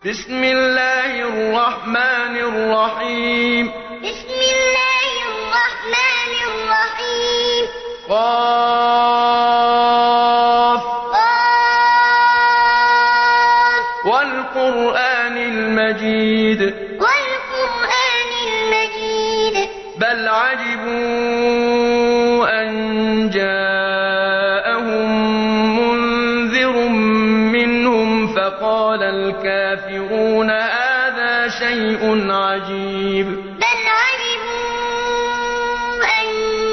بسم الله الرحمن الرحيم بسم الله الرحمن الرحيم قاف قاف والقرآن المجيد والقرآن المجيد بل عجبوا أن جاءهم منذر منهم فقال الكافرون هذا شيء عجيب بل عجبوا أن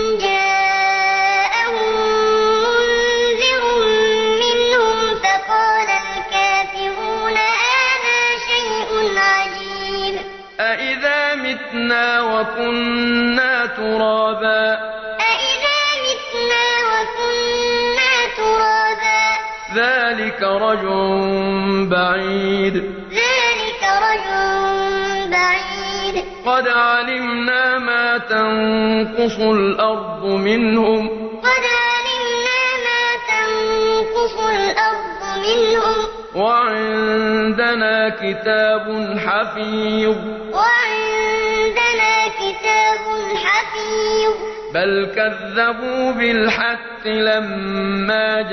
جاءهم منذر منهم فقال الكافرون هذا شيء عجيب أإذا متنا وكنا ترابا أإذا متنا وكنا ترابا ذلك رجع بعيد ذلك رجل بعيد قد علمنا ما تنقص الأرض منهم قد علمنا ما تنقص الأرض منهم وعندنا كتاب حفيظ وعندنا كتاب حفيظ بل كذبوا بالحق لما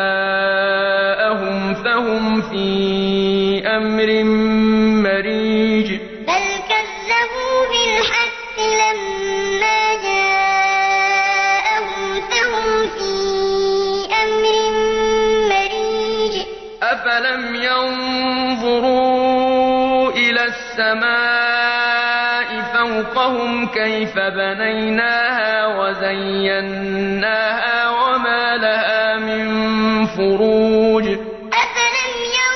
جاءهم فهم في أمر مريج بل كذبوا بالحق لما جاءهم فهم في أمر مريج أفلم ينظروا إلى السماء فوقهم كيف بنيناها وزيناها وما لها من فروج أفلم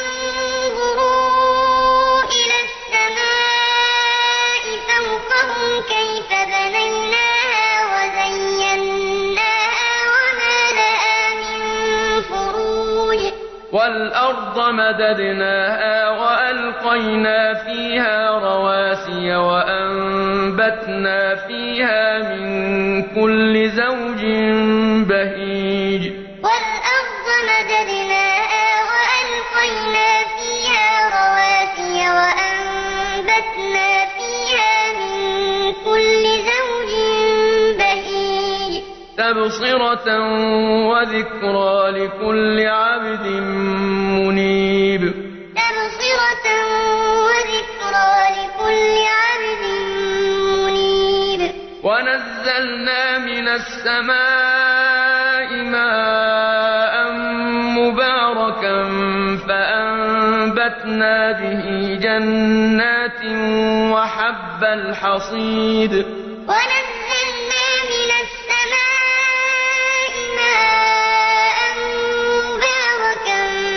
ينظروا إلى السماء فوقهم كيف بنيناها وزيناها وما لها من فروج والأرض مددناها وألقينا فيها رواسي وأنبتنا فيها من كل زوج بهيج والأرض مددناها وألقينا فيها رواسي وأنبتنا فيها من كل زوج بهيج تبصرة وذكرى لكل عبد منيب تبصرة وذكرى لكل عبد منيب ونزلنا من السماء ماء مباركا فأنبتنا به جنات وحب الحصيد ونزلنا من السماء ماء مباركا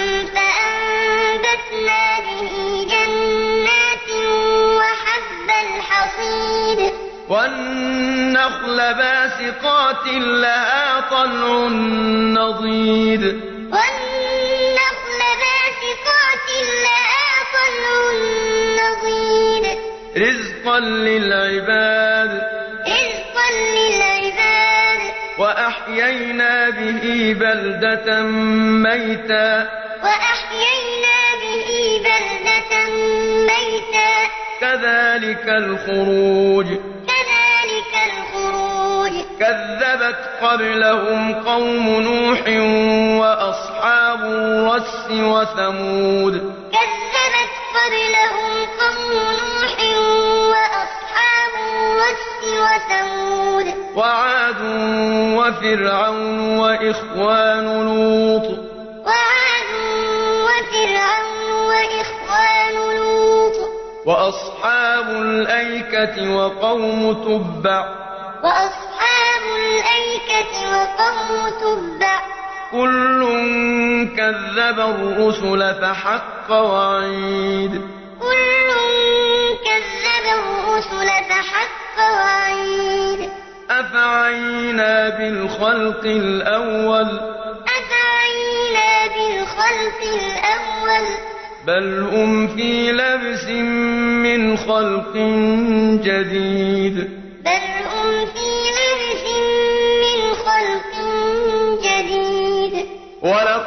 فأنبتنا به جنات وحب الحصيد والنخل باسقات لها طلع نضيد والنخل باسقات لها طلع نضيد رزقا للعباد رزقا للعباد وأحيينا به بلدة ميتا وأحيينا به بلدة ميتا كذلك الخروج كذلك الخروج كذبت قبلهم قوم نوح وأصحاب الرس وثمود كذبت قبلهم قوم نوح وأصحاب الرس وثمود وعاد وفرعون وإخوان لوط وعاد وفرعون وإخوان لوط وأصحاب الأيكة وقوم تبع وأصحاب الأيكة وقوم تبع كل كذب الرسل فحق وعيد كل كذب الرسل فحق وعيد أفعينا بالخلق الأول أفعينا بالخلق الأول بل هم في لبس من خلق جديد بل هم في لبس من خلق جديد ولقد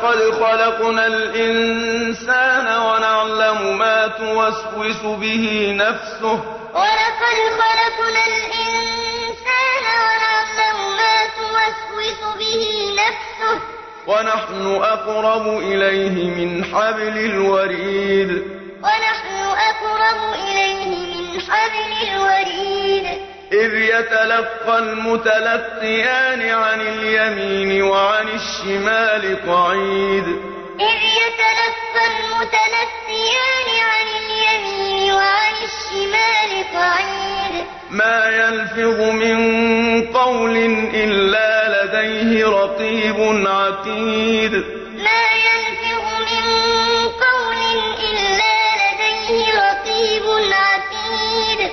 ولقد خلقنا الإنسان ونعلم ما توسوس به نفسه ولقد خلقنا الإنسان ونعلم ما توسوس به نفسه ونحن أقرب إليه من حبل الوريد ونحن أقرب إليه من حبل الوريد إذ يتلقى المتلقيان عن اليمين وعن الشمال قعيد إذ يتلقى المتلقيان عن اليمين وعن الشمال قعيد ما يلفظ من قول إلا لديه رقيب عتيد ما يلفظ من قول إلا لديه رقيب عتيد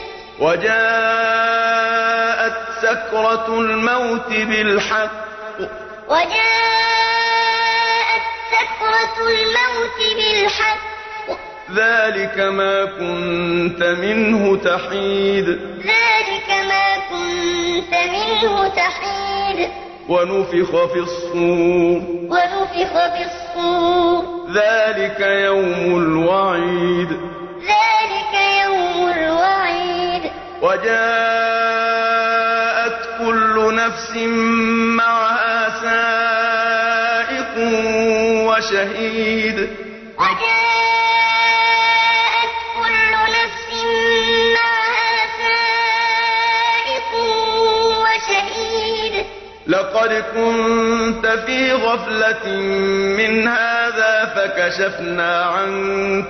وجاءت سكرة الموت بالحق وجاءت سكرة الموت بالحق ذلك ما كنت منه تحيد ذلك ما كنت منه تحيد ونفخ في الصور ونفخ في الصور ذلك يوم الوعيد ذلك يوم الوعيد وجاءت كل نفس معها سائق وشهيد وجاءت كل نفس معها سائق وشهيد لقد كنت في غفلة من هذا فكشفنا عنك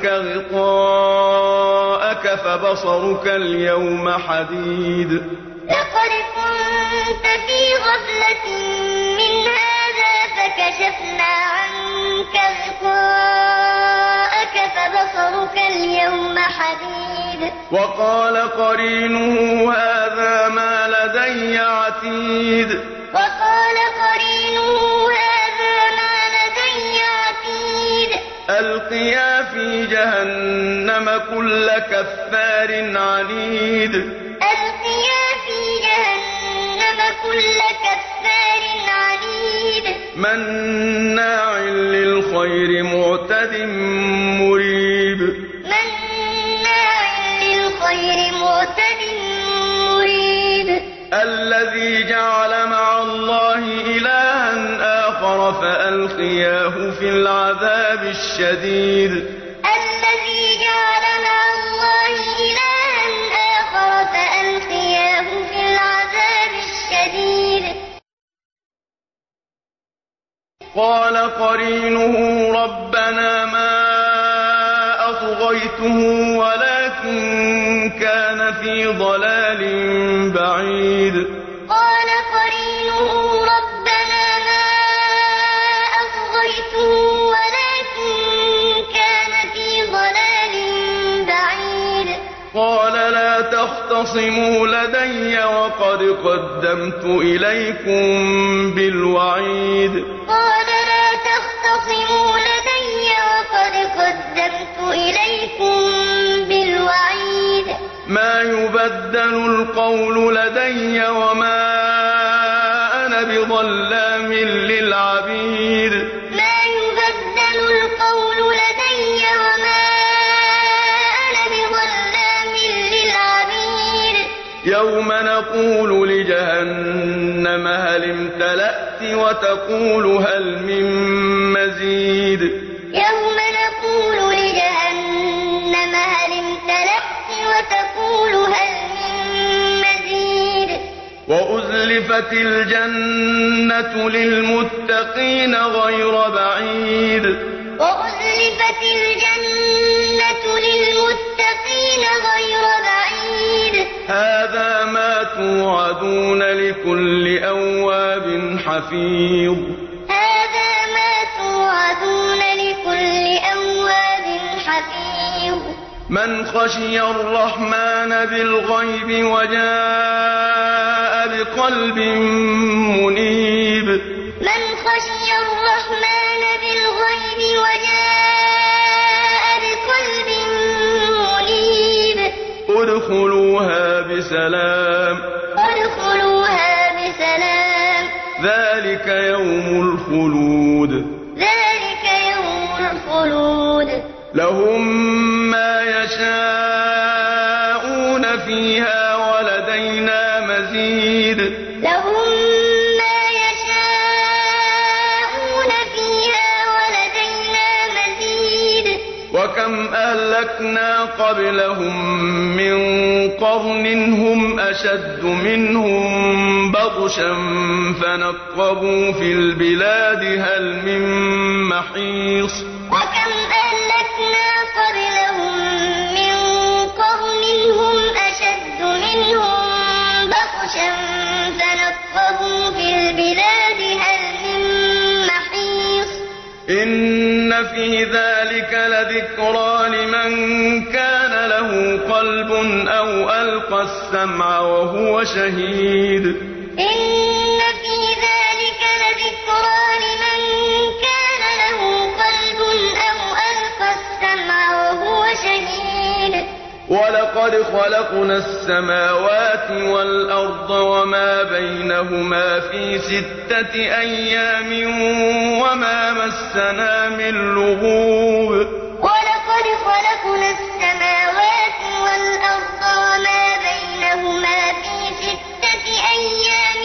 غطاءك فبصرك اليوم حديد لقد كنت في غفلة من هذا فكشفنا عنك غطاءك فبصرك اليوم حديد وقال قرينه هذا ما لدي عتيد وقال قرينه هذا ما لدي عتيد ألقيا في جهنم كل كفار عنيد ألقيا في جهنم كل كفار عنيد مناع للخير معتد مريب مناع للخير معتد مريب الذي جعل مع الله إلها آخر فألقياه في العذاب الشديد الذي جعل مع الله إلها آخر فألقياه في العذاب الشديد قال قرينه ربنا ما أطغيته ولكن كان في ضلال بعيد قال قرينه ربنا ما أطغيته ولكن كان في ضلال بعيد قال لا تختصموا لدي وقد قدمت إليكم بالوعيد قال لا تختصموا لدي وقد قدمت إليكم بالوعيد ما يبدل القول لدي وما أنا بظلام للعبيد ما يبدل القول لدي وما أنا بظلام للعبيد يوم نقول لجهنم هل امتلأت وتقول هل من مزيد يوم نقول لجهنم هل امتلأت وتقول هل من مزيد وأزلفت الجنة للمتقين غير بعيد وأزلفت الجنة للمتقين غير بعيد هذا ما توعدون لكل أواب حفيظ هذا ما توعدون لكل أواب حفيظ من خشي الرحمن بالغيب وجاء بقلب منيب من خشي الرحمن بالغيب وجاء بقلب منيب ادخلوها بسلام ادخلوها بسلام ذلك يوم الخلود ذلك الخلود لهم ما يشاءون فيها ولدينا مزيد لهم ما يشاءون فيها ولدينا مزيد وكم أهلكنا قبلهم من قرن هم أشد منهم بطشا فنقبوا في البلاد هل من محيص وكم أهلكنا قبلهم من قرن هم أشد منهم بطشا فنقبوا في البلاد هل من محيص إن في ذلك لذكرى لمن كان له قلب أو ألقى السمع وهو شهيد إن في ذلك لذكرى لمن كان له قلب أو ألقى السمع وهو شهيد ولقد خلقنا السماوات والأرض وما بينهما في 6 أيام وما مسنا من لغوب ولقد خلقنا السماوات والأرض وما بينهما في 6 أيام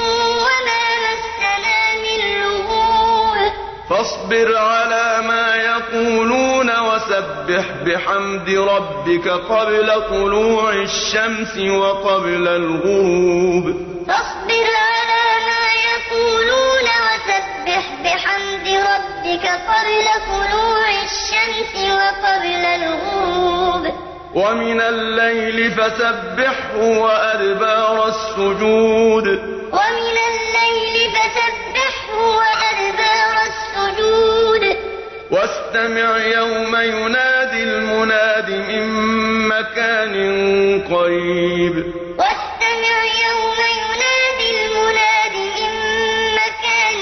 وما مسنا من لغوب فاصبر على ما يقولون وسبح بحمد ربك قبل طلوع الشمس وقبل الغروب فاصبر على ما يقولون وسبح بحمد ربك قبل طلوع الشمس وقبل الغروب ومن الليل فسبحه وأدبار السجود ومن الليل فسبحه وأدبار السجود واستمع يوم ينادي المناد من مكان قريب واستمع يوم ينادي المناد من مكان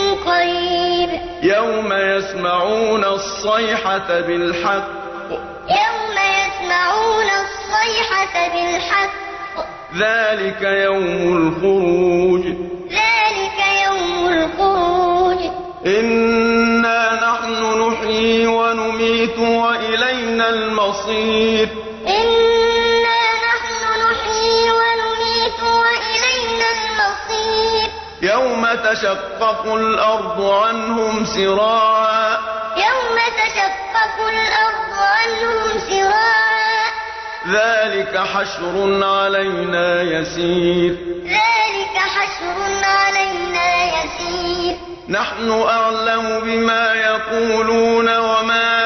قريب يوم يسمعون الصيحة بالحق يوم يسمعون الصيحة بالحق ذلك يوم الخروج ذلك يوم الخروج إنا نحن نحيي ونميت وإلينا المصير إنا نحن نحيي ونميت وإلينا المصير يوم تشقق الأرض عنهم سراعا يوم تشقق الأرض عنهم سراعا ذلك حشر علينا يسير ذلك حشر علينا يسير نحن أعلم بما يقولون وما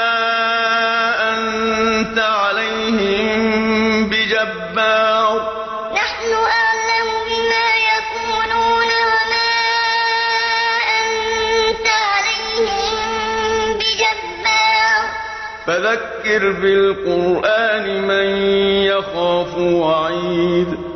أنت عليهم بجبار نحن أعلم بما يقولون وما أنت عليهم بجبار فذكر بالقرآن من يخاف وعيد